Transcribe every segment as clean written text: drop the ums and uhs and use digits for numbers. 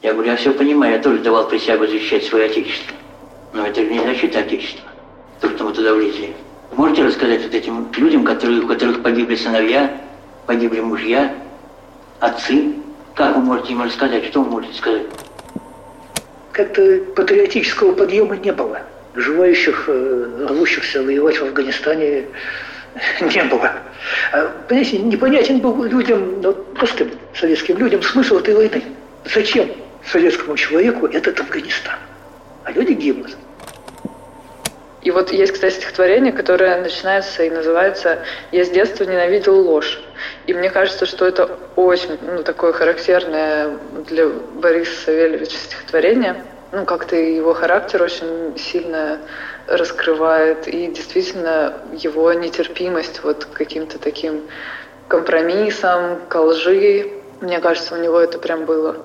Я говорю, я все понимаю, я тоже давал присягу защищать свое отечество. Но это же не защита отечества, то, что мы туда влезли. Можете рассказать вот этим людям, у которых погибли сыновья, погибли мужья, отцы? Как вы можете им рассказать? Что вы можете сказать? Как-то патриотического подъема не было. Желающих, рвущихся воевать в Афганистане не было. Понимаете, непонятен был людям, простым советским людям, смысл этой войны. Зачем советскому человеку этот Афганистан? А люди гибнут. И вот есть, кстати, стихотворение, которое начинается и называется «Я с детства ненавидел ложь». И мне кажется, что это очень такое характерное для Бориса Савельевича стихотворение. Как-то его характер очень сильно раскрывает. И действительно его нетерпимость вот к каким-то таким компромиссам, к лжи. Мне кажется, у него это прям было.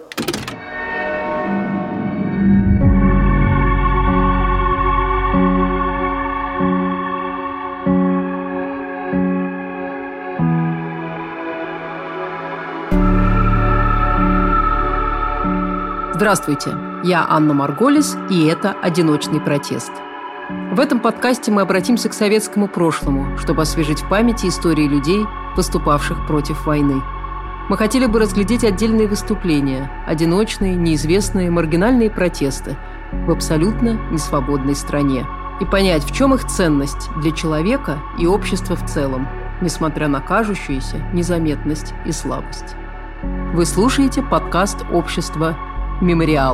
Здравствуйте, я Анна Марголис, и это «Одиночный протест». В этом подкасте мы обратимся к советскому прошлому, чтобы освежить в памяти истории людей, выступавших против войны. Мы хотели бы разглядеть отдельные выступления, одиночные, неизвестные, маргинальные протесты в абсолютно несвободной стране и понять, в чем их ценность для человека и общества в целом, несмотря на кажущуюся незаметность и слабость. Вы слушаете подкаст общества «Мемориал».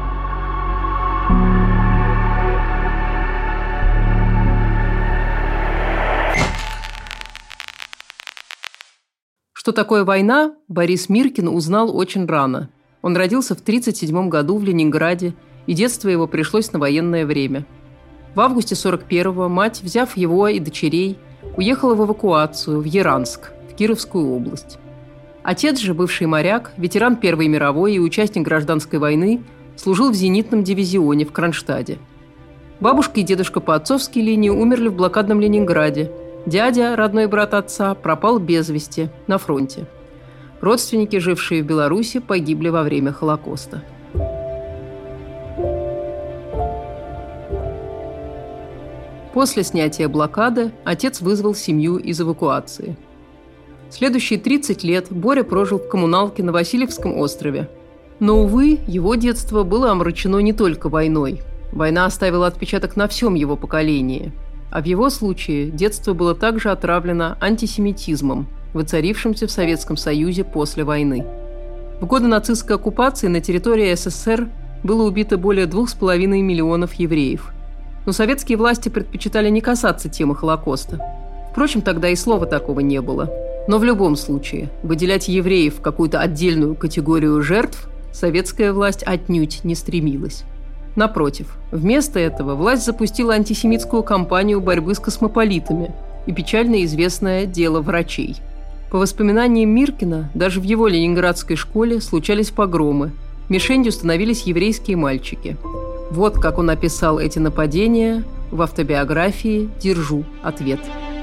Что такое война, Борис Миркин узнал очень рано. Он родился в 1937 году в Ленинграде, и детство его пришлось на военное время. В августе 1941-го мать, взяв его и дочерей, уехала в эвакуацию в Яранск, в Кировскую область. Отец же, бывший моряк, ветеран Первой мировой и участник гражданской войны, служил в зенитном дивизионе в Кронштадте. Бабушка и дедушка по отцовской линии умерли в блокадном Ленинграде. Дядя, родной брат отца, пропал без вести на фронте. Родственники, жившие в Беларуси, погибли во время Холокоста. После снятия блокады отец вызвал семью из эвакуации. Следующие 30 лет Боря прожил в коммуналке на Васильевском острове. Но, увы, его детство было омрачено не только войной. Война оставила отпечаток на всем его поколении. А в его случае детство было также отравлено антисемитизмом, воцарившимся в Советском Союзе после войны. В годы нацистской оккупации на территории СССР было убито более 2,5 миллионов евреев. Но советские власти предпочитали не касаться темы Холокоста. Впрочем, тогда и слова такого не было. Но в любом случае, выделять евреев в какую-то отдельную категорию жертв советская власть отнюдь не стремилась. Напротив, вместо этого власть запустила антисемитскую кампанию борьбы с космополитами и печально известное дело врачей. По воспоминаниям Миркина, даже в его ленинградской школе случались погромы. Мишенью становились еврейские мальчики. Вот как он описал эти нападения в автобиографии «Держу ответ».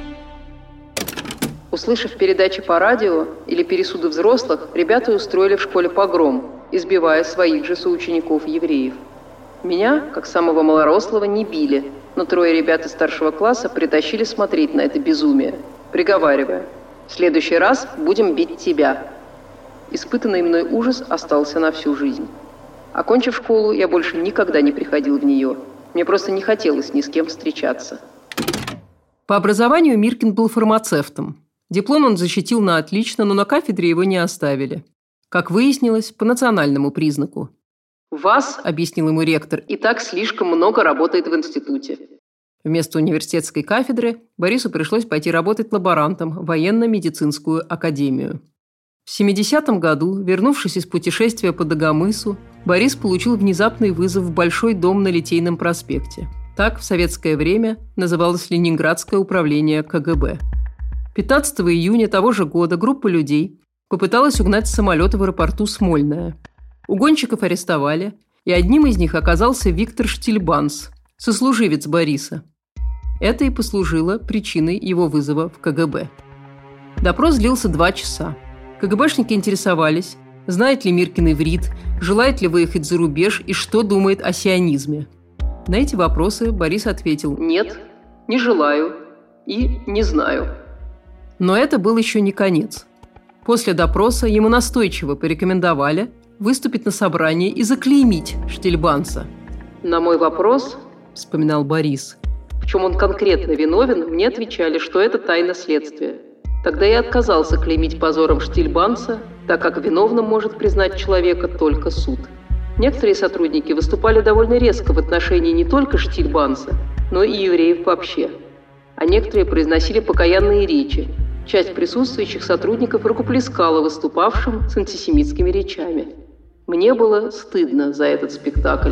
Услышав передачи по радио или пересуды взрослых, ребята устроили в школе погром, избивая своих же соучеников-евреев. Меня, как самого малорослого, не били, но 3 ребят из старшего класса притащили смотреть на это безумие, приговаривая: «В следующий раз будем бить тебя». Испытанный мной ужас остался на всю жизнь. Окончив школу, я больше никогда не приходил в нее. Мне просто не хотелось ни с кем встречаться. По образованию Миркин был фармацевтом. Диплом он защитил на отлично, но на кафедре его не оставили. Как выяснилось, по национальному признаку. «Вас, — объяснил ему ректор, — и так слишком много работает в институте». Вместо университетской кафедры Борису пришлось пойти работать лаборантом в военно-медицинскую академию. В 70-м году, вернувшись из путешествия по Дагомысу, Борис получил внезапный вызов в Большой дом на Литейном проспекте. Так в советское время называлось Ленинградское управление КГБ. 15 июня того же года группа людей попыталась угнать самолет в аэропорту Смольное. Угонщиков арестовали, и одним из них оказался Виктор Штильбанс, сослуживец Бориса. Это и послужило причиной его вызова в КГБ. Допрос длился 2 часа. КГБшники интересовались, Знает ли Миркин иврит, желает ли выехать за рубеж и что думает о сионизме. На эти вопросы Борис ответил: «Нет, не желаю и не знаю». Но это был еще не конец. После допроса ему настойчиво порекомендовали выступить на собрании и заклеймить Штильбанса. «На мой вопрос, – вспоминал Борис, – в чем он конкретно виновен, мне отвечали, что это тайна следствия. Тогда я отказался клеймить позором Штильбанса, так как виновным может признать человека только суд. Некоторые сотрудники выступали довольно резко в отношении не только Штильбанса, но и евреев вообще. А некоторые произносили покаянные речи. Часть присутствующих сотрудников рукоплескала выступавшим с антисемитскими речами. Мне было стыдно за этот спектакль».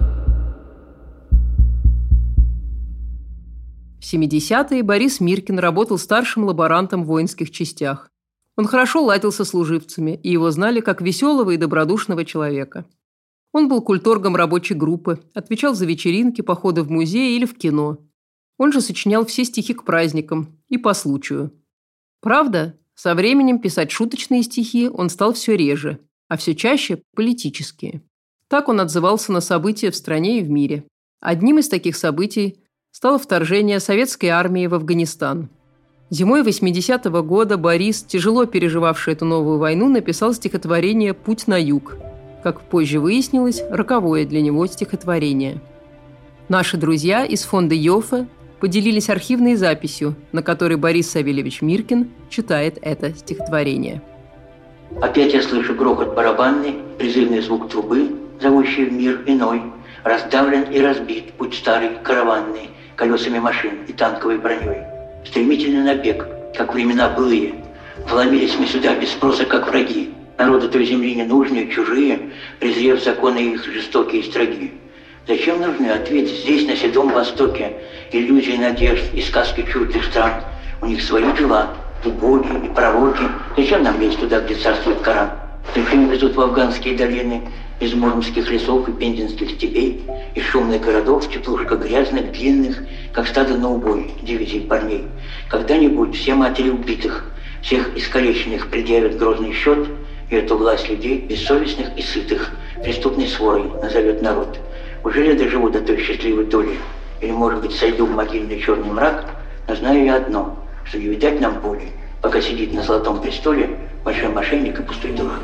В 70-е Борис Миркин работал старшим лаборантом в воинских частях. Он хорошо ладил со служивцами, и его знали как веселого и добродушного человека. Он был культоргом рабочей группы, отвечал за вечеринки, походы в музей или в кино. Он же сочинял все стихи к праздникам и по случаю. Правда, со временем писать шуточные стихи он стал все реже, а все чаще – политические. Так он отзывался на события в стране и в мире. Одним из таких событий стало вторжение советской армии в Афганистан. Зимой 80-го года Борис, тяжело переживавший эту новую войну, написал стихотворение «Путь на юг». Как позже выяснилось, роковое для него стихотворение. Наши друзья из фонда Йоффе поделились архивной записью, на которой Борис Савельевич Миркин читает это стихотворение. Опять я слышу грохот барабанный, призывный звук трубы, зовущий в мир иной. Раздавлен и разбит путь старый, караванный, колесами машин и танковой броней. Стремительный набег, как времена былые. Вломились мы сюда без спроса, как враги. Народы той земли ненужные, чужие, презрев законы их жестокие и строги. Зачем нужны, ответь, здесь, на седом Востоке, иллюзии надежд и сказки чуждых стран? У них свои дела, и боги, и пророки. Зачем нам лезть туда, где царствует Коран? Зачем везут в афганские долины из муромских лесов и пензенских степей, из шумных городов, теплушка грязных, длинных, как стадо на убой, дивизий парней? Когда-нибудь все матери убитых, всех искалеченных предъявят грозный счет, и эту власть людей, бессовестных и сытых, преступной сворой назовет народ. Ужели я доживу до той счастливой доли? Или, может быть, сойду в могильный черный мрак? Но знаю я одно, что не видать нам боли, пока сидит на золотом престоле большой мошенник и пустой дурак.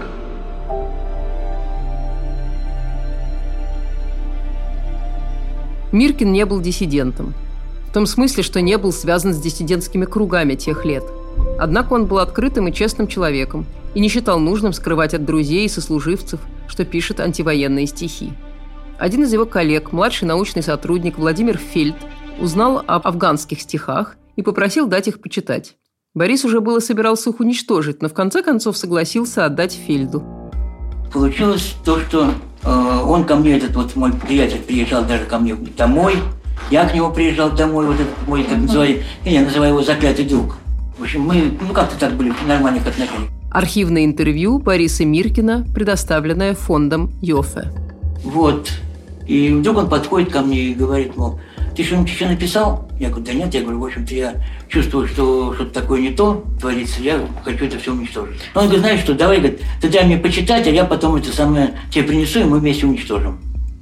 Миркин не был диссидентом. В том смысле, что не был связан с диссидентскими кругами тех лет. Однако он был открытым и честным человеком и не считал нужным скрывать от друзей и сослуживцев, что пишет антивоенные стихи. Один из его коллег, младший научный сотрудник Владимир Фельд, узнал об афганских стихах и попросил дать их почитать. Борис уже было собирался их уничтожить, но в конце концов согласился отдать Фельду. Получилось то, что он ко мне, этот вот мой приятель, приезжал даже ко мне домой. Я к нему приезжал домой, вот этот мой, так называемый, я называю его заклятый друг. В общем, мы, как-то так были в нормальных отношениях. Архивное интервью Бориса Миркина, предоставленное фондом Йоффе. Вот. И вдруг он подходит ко мне и говорит, мол, ты что-нибудь еще написал? Я говорю, да нет. Я говорю, в общем-то, я чувствую, что что-то такое не то творится, я хочу это все уничтожить. Он говорит, знаешь что, давай, говорит, ты дай мне почитать, а я потом это самое тебе принесу, и мы вместе уничтожим.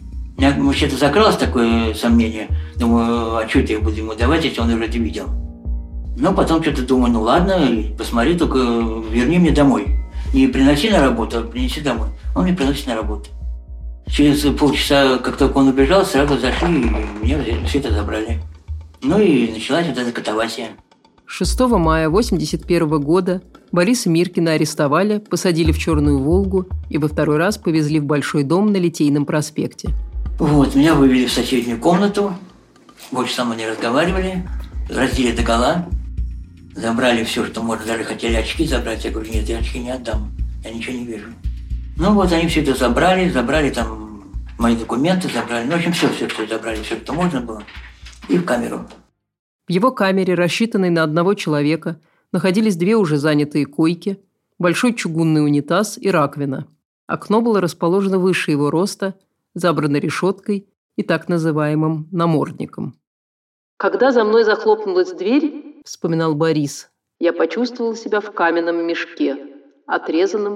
У меня вообще-то закралось такое сомнение. Думаю, а что я буду ему давать, если он уже это видел? Но потом что-то думаю, ну ладно, посмотри, только верни мне домой. Не приноси на работу, а принеси домой. Он мне приносит на работу. Через полчаса, как только он убежал, сразу зашли и меня все это забрали. Ну и началась вот эта катавасия. 6 мая 1981 года Бориса Миркина арестовали, посадили в «Черную Волгу» и во второй раз повезли в Большой дом на Литейном проспекте. Вот, меня вывели в соседнюю комнату, больше со мной не разговаривали, раздели догола, забрали все, что можно, даже хотели очки забрать. Я говорю, нет, я очки не отдам, я ничего не вижу. Ну вот они все это забрали там мои документы, забрали, ну в общем все забрали, все, что можно было, и в камеру. В его камере, рассчитанной на одного человека, находились 2 уже занятые койки, большой чугунный унитаз и раковина. Окно было расположено выше его роста, забрано решеткой и так называемым намордником. «Когда за мной захлопнулась дверь, — вспоминал Борис, — я почувствовал себя в каменном мешке, отрезанным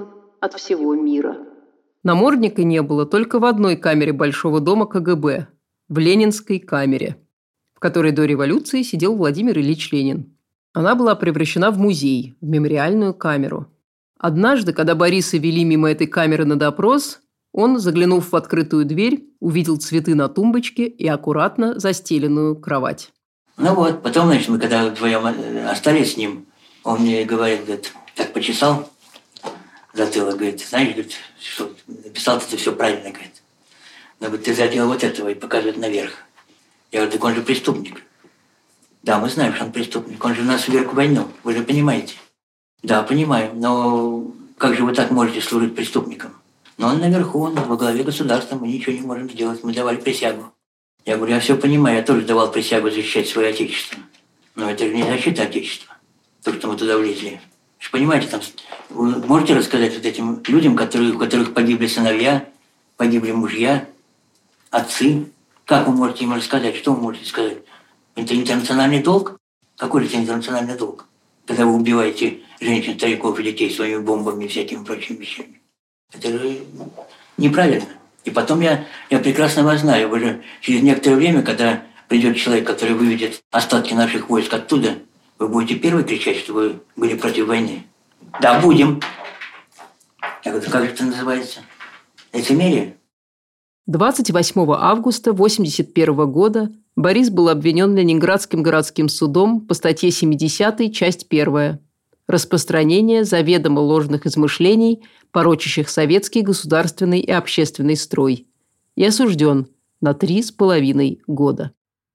от всего мира. Намордника не было только в одной камере Большого дома КГБ – в Ленинской камере, в которой до революции сидел Владимир Ильич Ленин. Она была превращена в музей, в мемориальную камеру. Однажды, когда Бориса вели мимо этой камеры на допрос, он, заглянув в открытую дверь, увидел цветы на тумбочке и аккуратно застеленную кровать. Ну вот, потом, значит, мы когда вдвоем остались с ним, он мне говорит, так почесал затылок, говорит, знаешь, говорит, что написал ты все правильно, говорит. Но говорит, ты задел вот этого и показывает наверх. Я говорю, так он же преступник. Да, мы знаем, что он преступник, он же нас вверг в войну, вы же понимаете. Да, понимаю, но как же вы так можете служить преступником? Но он наверху, он во главе государства, мы ничего не можем сделать, мы давали присягу. Я говорю, я все понимаю, я тоже давал присягу защищать свое отечество. Но это же не защита отечества, то, что мы туда влезли. Вы понимаете, там, вы можете рассказать вот этим людям, у которых погибли сыновья, погибли мужья, отцы? Как вы можете им рассказать? Что вы можете сказать? Это интернациональный долг? Какой же это интернациональный долг? Когда вы убиваете женщин, стариков и детей своими бомбами и всякими прочими вещами. Это же неправильно. И потом я прекрасно вас знаю. Вы же через некоторое время, когда придет человек, который выведет остатки наших войск оттуда, вы будете первый кричать, что вы были против войны. Да, будем. Я говорю, как же это называется? Лицемерие? 28 августа 1981 года Борис был обвинен Ленинградским городским судом по статье 70, часть 1. Распространение заведомо ложных измышлений, порочащих советский государственный и общественный строй. И осужден на 3,5 года.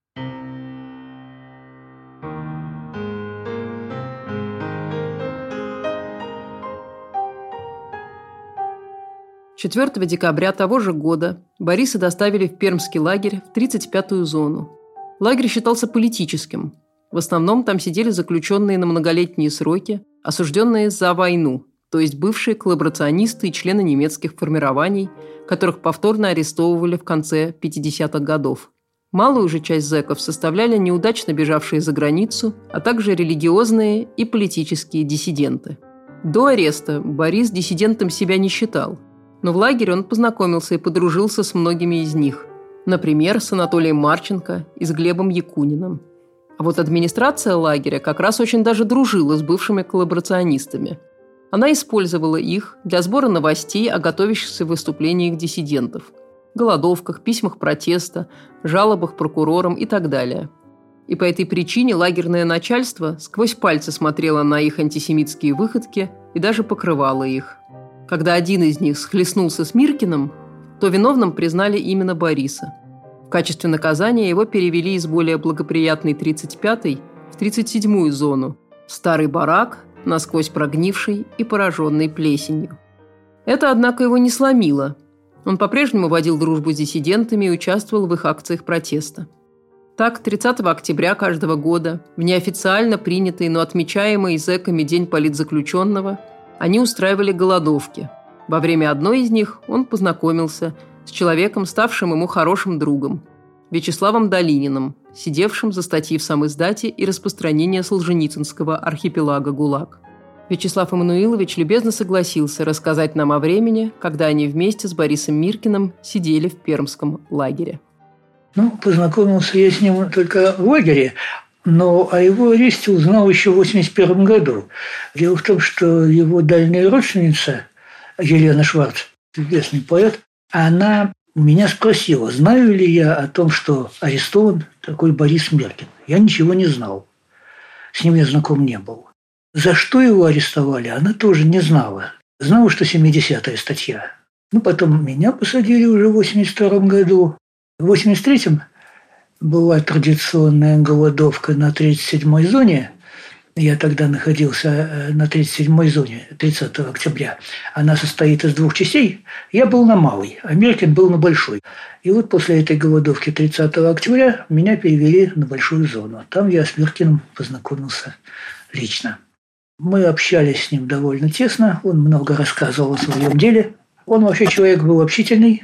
«4 декабря того же года Бориса доставили в Пермский лагерь в 35-ю зону. Лагерь считался политическим. В основном там сидели заключенные на многолетние сроки, осужденные за войну, то есть бывшие коллаборационисты и члены немецких формирований, которых повторно арестовывали в конце 50-х годов. Малую же часть зэков составляли неудачно бежавшие за границу, а также религиозные и политические диссиденты. До ареста Борис диссидентом себя не считал, но в лагере он познакомился и подружился с многими из них. Например, с Анатолием Марченко и с Глебом Якуниным. А вот администрация лагеря как раз очень даже дружила с бывшими коллаборационистами. Она использовала их для сбора новостей о готовящихся выступлениях диссидентов, голодовках, письмах протеста, жалобах прокурорам и так далее. И по этой причине лагерное начальство сквозь пальцы смотрело на их антисемитские выходки и даже покрывало их. Когда один из них схлестнулся с Миркиным, то виновным признали именно Бориса. В качестве наказания его перевели из более благоприятной 35-й в 37-ю зону, в старый барак, насквозь прогнивший и пораженный плесенью. Это, однако, его не сломило. Он по-прежнему водил дружбу с диссидентами и участвовал в их акциях протеста. Так, 30 октября каждого года, в неофициально принятый, но отмечаемый зэками День политзаключенного, они устраивали голодовки. Во время одной из них он познакомился с человеком, ставшим ему хорошим другом, Вячеславом Долининым, сидевшим за статьи в самиздате и распространение Солженицынского архипелага ГУЛАГ. Вячеслав Эммануилович любезно согласился рассказать нам о времени, когда они вместе с Борисом Миркиным сидели в пермском лагере. Познакомился я с ним только в лагере, но о его аресте узнал еще в 1981 году. Дело в том, что его дальняя родственница Елена Шварц, известный поэт, она меня спросила, знаю ли я о том, что арестован такой Борис Миркин. Я ничего не знал. С ним я знаком не был. За что его арестовали, она тоже не знала. Знала, что 70-я статья. Потом меня посадили уже в 1982 году. В 1983-м была традиционная голодовка на 37-й зоне. Я тогда находился на 37-й зоне, 30 октября. Она состоит из 2 частей. Я был на малой, а Миркин был на большой. И вот после этой голодовки 30 октября меня перевели на большую зону. Там я с Миркиным познакомился лично. Мы общались с ним довольно тесно. Он много рассказывал о своем деле. Он вообще человек был общительный,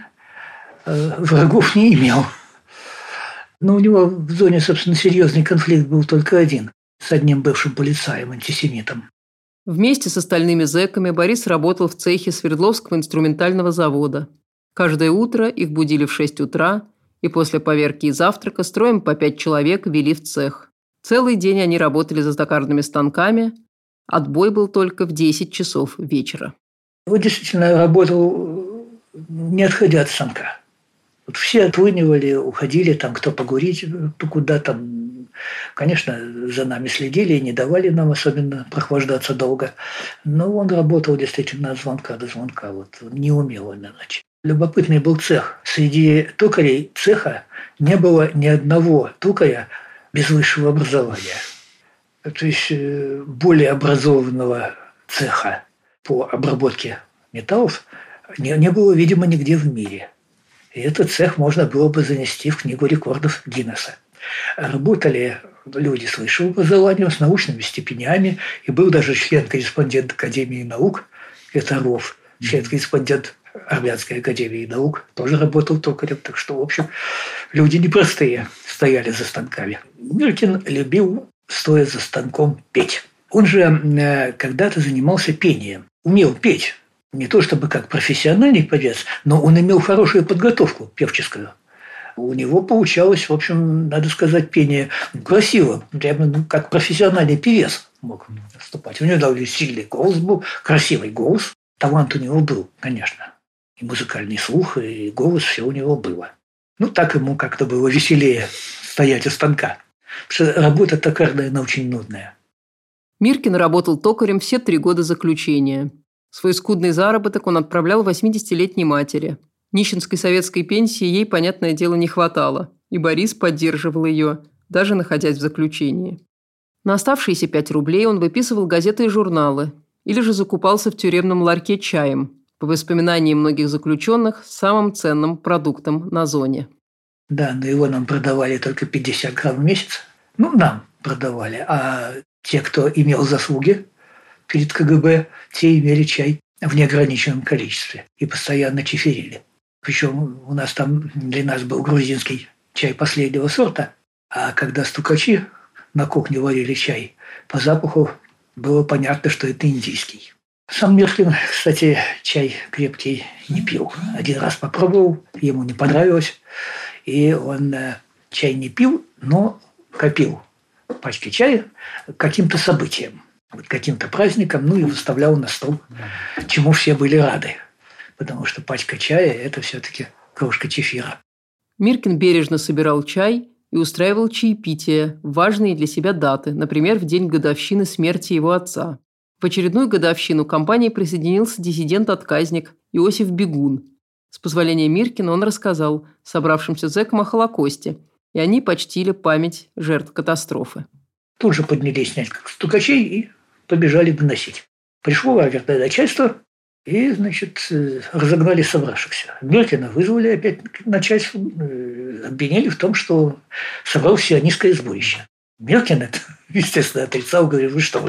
врагов не имел. Но у него в зоне, собственно, серьезный конфликт был только один. С одним бывшим полицаем, антисемитом. Вместе с остальными зэками Борис работал в цехе Свердловского инструментального завода. Каждое утро их будили в 6 утра, и после поверки и завтрака строем по 5 человек вели в цех. Целый день они работали за токарными станками, отбой был только в 10 часов вечера. Вот действительно работал, не отходя от станка. Вот все отлынивали, уходили, там, кто погурить, кто куда там. Конечно, за нами следили и не давали нам особенно прохлаждаться долго. Но он работал действительно от звонка до звонка. Вот, не умел он иначе. Любопытный был цех. Среди токарей цеха не было ни одного токаря без высшего образования. То есть более образованного цеха по обработке металлов не было, видимо, нигде в мире. И этот цех можно было бы занести в книгу рекордов Гиннесса. Работали люди с высшим образованием, с научными степенями, и был даже член-корреспондент Академии наук, это Ров, член-корреспондент Армянской академии наук, тоже работал токарем, так что, в общем, люди непростые стояли за станками. Миркин любил, стоя за станком, петь. Он же когда-то занимался пением, умел петь. Не то чтобы как профессиональный певец, но он имел хорошую подготовку певческую. У него получалось, в общем, надо сказать, пение красиво, прямо как профессиональный певец мог выступать. У него довольно сильный голос был, красивый голос. Талант у него был, конечно. И музыкальный слух, и голос, все у него было. Ну, так ему как-то было веселее стоять у станка. Потому что работа токарная, она очень нудная. Миркин работал токарем все 3 года заключения. Свой скудный заработок он отправлял 80-летней матери. Нищенской советской пенсии ей, понятное дело, не хватало, и Борис поддерживал ее, даже находясь в заключении. На оставшиеся 5 рублей он выписывал газеты и журналы, или же закупался в тюремном ларьке чаем, по воспоминаниям многих заключенных, самым ценным продуктом на зоне. Да, но его нам продавали только 50 грамм в месяц. Ну, нам продавали, а те, кто имел заслуги перед КГБ, те имели чай в неограниченном количестве и постоянно чиферили. Причем у нас там для нас был грузинский чай последнего сорта, а когда стукачи на кухне варили чай, по запаху было понятно, что это индийский. Сам Миркин, кстати, чай крепкий не пил. Один раз попробовал, ему не понравилось, и он чай не пил, но копил пачки чая к каким-то событиям, вот каким-то праздникам, ну и выставлял на стол, чему все были рады. Потому что пачка чая – это все-таки кружка чефира. Миркин бережно собирал чай и устраивал чаепития в важные для себя даты, например, в день годовщины смерти его отца. В очередную годовщину к компании присоединился диссидент-отказник Иосиф Бегун. С позволения Миркина он рассказал собравшимся зэкам о Холокосте, и они почтили память жертв катастрофы. Тут же поднялись несколько стукачей и побежали доносить. Пришло лагерное начальство, и, значит, разогнали собравшихся. Миркина вызвали опять начальство, обвинили в том, что собрал сионистское сборище. Миркин это, естественно, отрицал, говорил, вы что,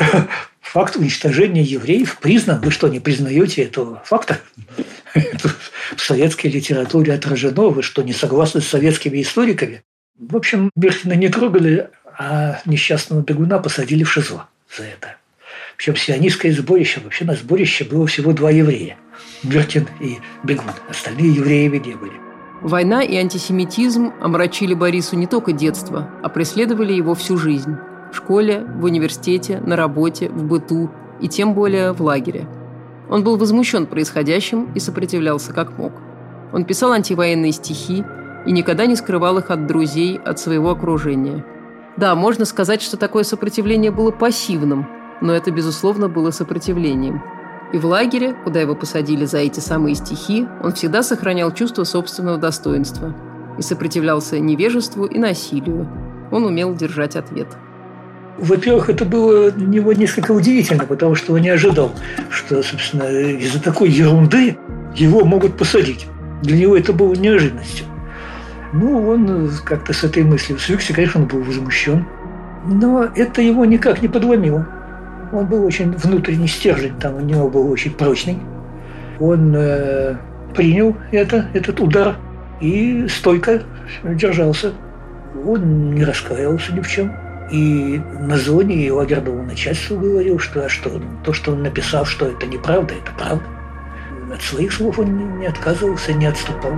факт уничтожения евреев признан, вы что, не признаете этого факта? Это в советской литературе отражено, вы что, не согласны с советскими историками? В общем, Миркина не трогали, а несчастного Бегуна посадили в ШИЗО за это. Причем сионистское сборище, вообще на сборище было всего 2 еврея – Миркин и Бегун. Остальные евреями не были. Война и антисемитизм омрачили Борису не только детство, а преследовали его всю жизнь. В школе, в университете, на работе, в быту и тем более в лагере. Он был возмущен происходящим и сопротивлялся как мог. Он писал антивоенные стихи и никогда не скрывал их от друзей, от своего окружения. Да, можно сказать, что такое сопротивление было пассивным, но это, безусловно, было сопротивлением. И в лагере, куда его посадили за эти самые стихи, он всегда сохранял чувство собственного достоинства и сопротивлялся невежеству и насилию. Он умел держать ответ. Во-первых, это было для него несколько удивительно, потому что он не ожидал, что, собственно, из-за такой ерунды его могут посадить. Для него это было неожиданностью. Ну, он как-то с этой мыслью свыкся, конечно, он был возмущен. Но это его никак не подломило. Он был очень внутренний стержень, там у него был очень прочный. Он принял этот удар и стойко держался. Он не раскаивался ни в чем. И на зоне и лагерному начальству говорил, что то, что он написал, что это неправда, это правда. От своих слов он не отказывался, не отступал.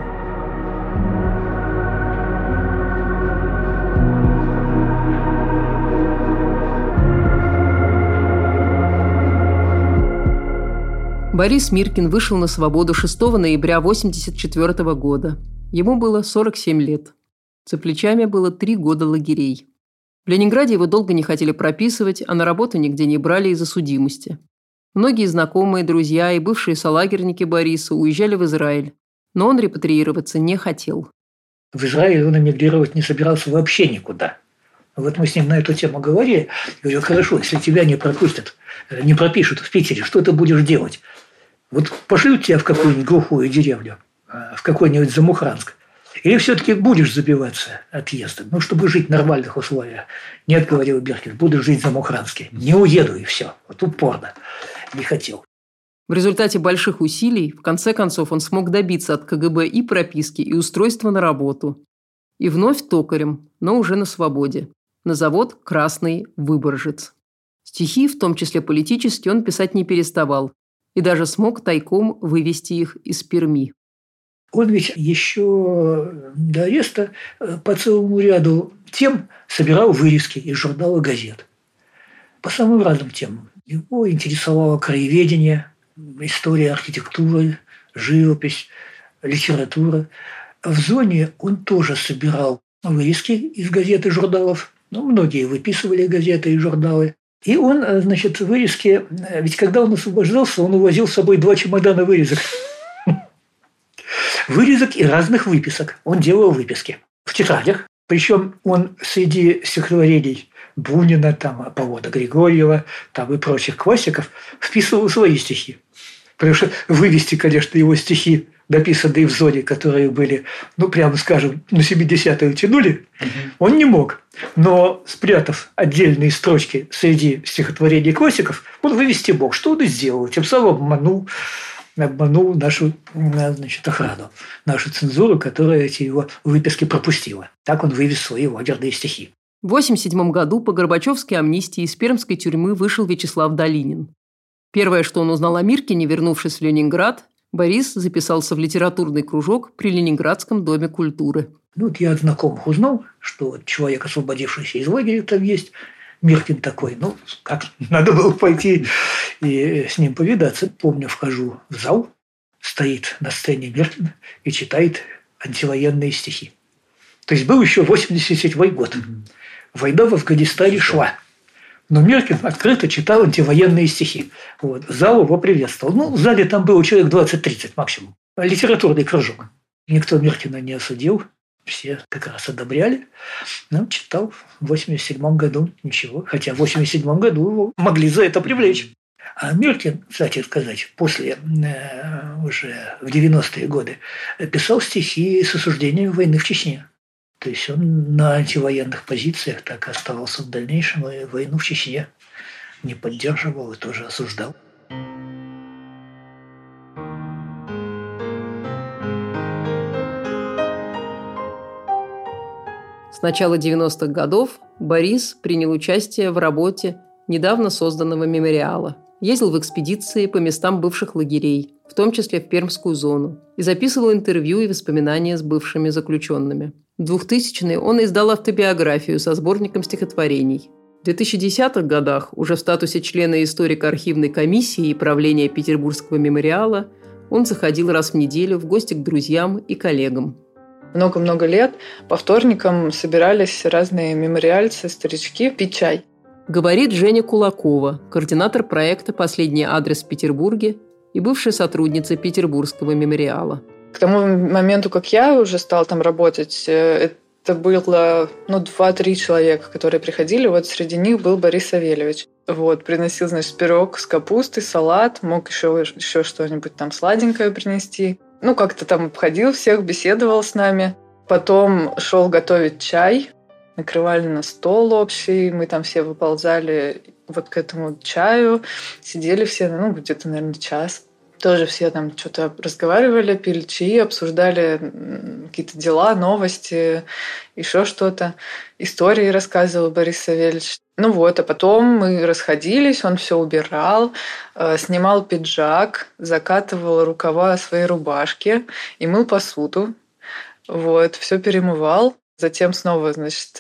Борис Миркин вышел на свободу 6 ноября 1984 года. Ему было 47 лет. За плечами было 3 года лагерей. В Ленинграде его долго не хотели прописывать, а на работу нигде не брали из-за судимости. Многие знакомые, друзья и бывшие солагерники Бориса уезжали в Израиль, но он репатриироваться не хотел. В Израиль он эмигрировать не собирался вообще никуда. Вот мы с ним на эту тему говорили. Я говорю, хорошо, если тебя не пропустят, не пропишут в Питере, что ты будешь делать? Вот пошлют тебя в какую-нибудь глухую деревню, в какой-нибудь Замухранск. Или все-таки будешь забиваться отъездом, ну, чтобы жить в нормальных условиях? Нет, говорил Беркин, буду жить в Замухранске. Не уеду, и все. Вот упорно. Не хотел. В результате больших усилий, в конце концов, он смог добиться от КГБ и прописки, и устройства на работу. И вновь токарем, но уже на свободе. На завод «Красный Выборжец». Стихи, в том числе политические, он писать не переставал. И даже смог тайком вывести их из Перми. Он ведь еще до ареста по целому ряду тем собирал вырезки из журнала газет. По самым разным темам. Его интересовало краеведение, история архитектуры, живопись, литература. В зоне он тоже собирал вырезки из газет и журналов. Ну, многие выписывали газеты и журналы. И он, значит, вырезки... Ведь когда он освобождался, он увозил с собой 2 чемодана вырезок. Вырезок и разных выписок. Он делал выписки в тетрадях. Причем он среди стихотворений Бунина, там, Аполлона Григорьева там, и прочих классиков вписывал свои стихи. Потому что вывести, конечно, его стихи, написанные в зоне, которые были, ну, прямо скажем, на 70-е тянули, он не мог. Но, спрятав отдельные строчки среди стихотворений классиков, он вывести мог. Что он и сделал. Тем самым обманул нашу, значит, охрану, нашу цензуру, которая эти его выписки пропустила. Так он вывез свои лагерные стихи. В 1987 году по Горбачевской амнистии из пермской тюрьмы вышел Вячеслав Долинин. Первое, что он узнал о Миркине, вернувшись в Ленинград, Борис записался в литературный кружок при Ленинградском доме культуры. Ну, вот я от знакомых узнал, что человек, освободившийся из лагеря, там есть Миркин такой. Ну, как надо было пойти и с ним повидаться. Помню, вхожу в зал, стоит на сцене Миркин и читает антивоенные стихи. То есть был еще 1987 год. Война в Афганистане шла. Но Миркин открыто читал антивоенные стихи. Вот. Зал его приветствовал. Ну, в зале там было человек 20-30 максимум. Литературный кружок. Никто Миркина не осудил. Все как раз одобряли. Ну, читал в 1987 году. Ничего. Хотя в 1987 году его могли за это привлечь. А Миркин, кстати сказать, после, уже в 90-е годы, писал стихи с осуждением войны в Чечне. То есть он на антивоенных позициях так и оставался в дальнейшем, и войну в Чечне не поддерживал и тоже осуждал. С начала 90-х годов Борис принял участие в работе недавно созданного мемориала. Ездил в экспедиции по местам бывших лагерей, в том числе в Пермскую зону, и записывал интервью и воспоминания с бывшими заключенными. В 2000-е он издал автобиографию со сборником стихотворений. В 2010-х годах, уже в статусе члена историко-архивной комиссии и правления Петербургского мемориала, он заходил раз в неделю в гости к друзьям и коллегам. Много-много лет по вторникам собирались разные мемориальцы, старички пить чай. Говорит Женя Кулакова, координатор проекта «Последний адрес» в Петербурге и бывшая сотрудница Петербургского мемориала. К тому моменту, как я уже стала там работать, это было 2-3 человека, которые приходили. Вот среди них был Борис Савельевич. Вот, приносил, значит, пирог с капустой, салат, мог еще что-нибудь там сладенькое принести. Ну, как-то там обходил всех, беседовал с нами. Потом шел готовить чай. Накрывали на стол общий, мы там все выползали вот к этому чаю, сидели все, где-то, наверное, час Тоже все там что-то разговаривали, пили чаи, обсуждали какие-то дела, новости, еще что-то. Истории рассказывал Борис Савельевич. А потом мы расходились, он все убирал, снимал пиджак, закатывал рукава своей рубашки и мыл посуду. Все перемывал. Затем снова,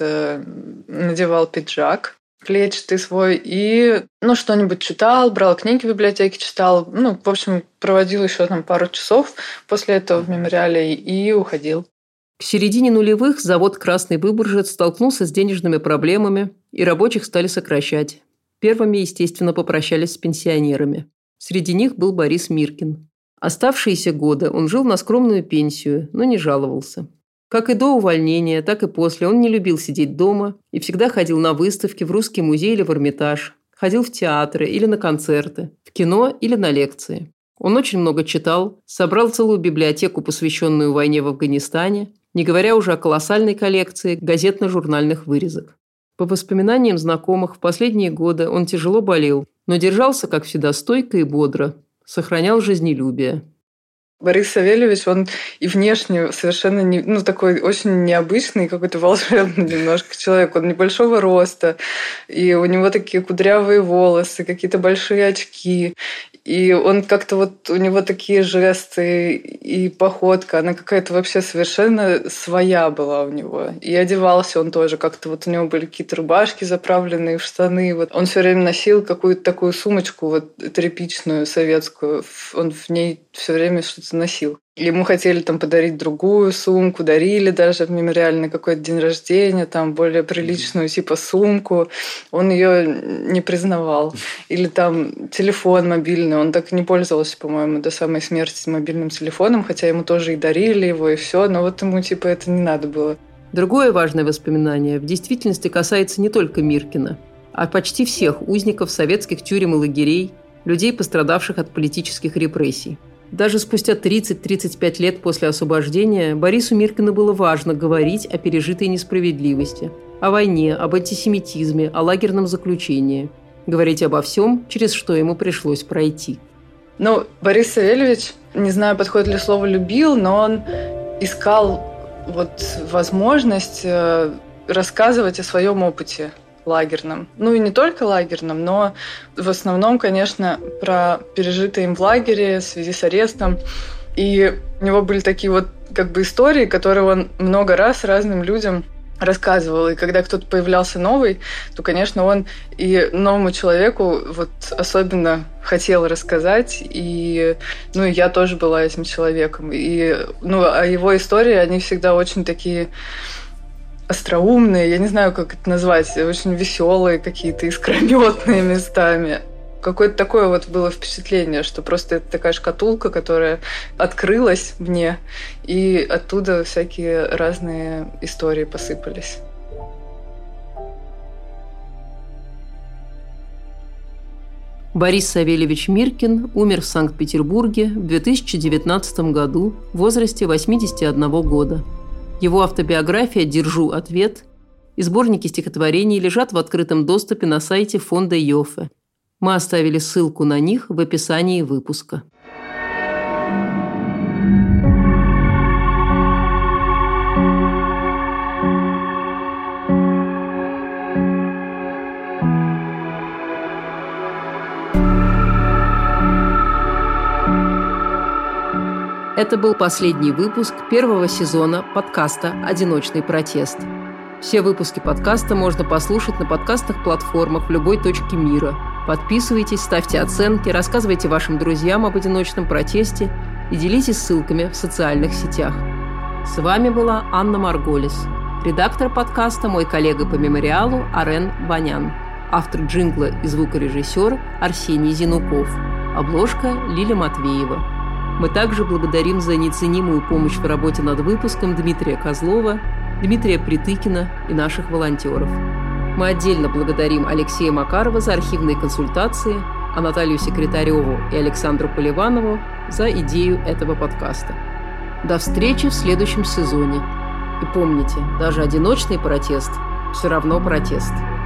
надевал пиджак клетчатый свой и, что-нибудь читал, брал книги в библиотеке, читал. Проводил еще пару часов после этого в мемориале и уходил. К середине нулевых завод «Красный Выборжец» столкнулся с денежными проблемами, и рабочих стали сокращать. Первыми, естественно, попрощались с пенсионерами. Среди них был Борис Миркин. Оставшиеся годы он жил на скромную пенсию, но не жаловался. Как и до увольнения, так и после он не любил сидеть дома и всегда ходил на выставки в Русский музей или в Эрмитаж, ходил в театры или на концерты, в кино или на лекции. Он очень много читал, собрал целую библиотеку, посвященную войне в Афганистане, не говоря уже о колоссальной коллекции газетно-журнальных вырезок. По воспоминаниям знакомых, в последние годы он тяжело болел, но держался, как всегда, стойко и бодро, сохранял жизнелюбие. Борис Савельевич, он и внешне совершенно такой очень необычный, какой-то волшебный немножко человек. Он небольшого роста, и у него такие кудрявые волосы, какие-то большие очки. И он как-то у него такие жесты и походка, она какая-то вообще совершенно своя была у него. И одевался он тоже как-то, у него были какие-то рубашки заправленные в штаны. Он все время носил какую-то такую сумочку тряпичную советскую. Он в ней все время что-то носил. Ему хотели подарить другую сумку, дарили даже в мемориале на какой-то день рождения, более приличную типа сумку. Он ее не признавал. Или телефон мобильный. Он так и не пользовался, по-моему, до самой смерти мобильным телефоном, хотя ему тоже и дарили его, и все. Но ему это не надо было. Другое важное воспоминание в действительности касается не только Миркина, а почти всех узников советских тюрем и лагерей, людей, пострадавших от политических репрессий. Даже спустя 30-35 лет после освобождения Борису Миркину было важно говорить о пережитой несправедливости, о войне, об антисемитизме, о лагерном заключении. Говорить обо всем, через что ему пришлось пройти. Борис Савельевич, не знаю, подходит ли слово «любил», но он искал возможность рассказывать о своем опыте лагерном. И не только лагерном, но в основном, конечно, про пережитое им в лагере в связи с арестом. И у него были такие истории, которые он много раз разным людям рассказывал. И когда кто-то появлялся новый, то, конечно, он и новому человеку особенно хотел рассказать. И я тоже была этим человеком. И а его истории, они всегда очень такие остроумные, я не знаю, как это назвать, очень веселые какие-то, искрометные местами. Какое-то такое было впечатление, что просто это такая шкатулка, которая открылась мне, и оттуда всякие разные истории посыпались. Борис Савельевич Миркин умер в Санкт-Петербурге в 2019 году в возрасте 81 года. Его автобиография «Держу ответ» и сборники стихотворений лежат в открытом доступе на сайте фонда Йоффе. Мы оставили ссылку на них в описании выпуска. Это был последний выпуск первого сезона подкаста «Одиночный протест». Все выпуски подкаста можно послушать на подкастных платформах в любой точке мира. Подписывайтесь, ставьте оценки, рассказывайте вашим друзьям об одиночном протесте и делитесь ссылками в социальных сетях. С вами была Анна Марголис. Редактор подкаста мой коллега по мемориалу Арен Банян. Автор джингла и звукорежиссер Арсений Зинуков. Обложка Лиля Матвеева. Мы также благодарим за неоценимую помощь в работе над выпуском Дмитрия Козлова, Дмитрия Притыкина и наших волонтеров. Мы отдельно благодарим Алексея Макарова за архивные консультации, а Наталью Секретареву и Александру Поливанову за идею этого подкаста. До встречи в следующем сезоне. И помните, даже одиночный протест все равно протест.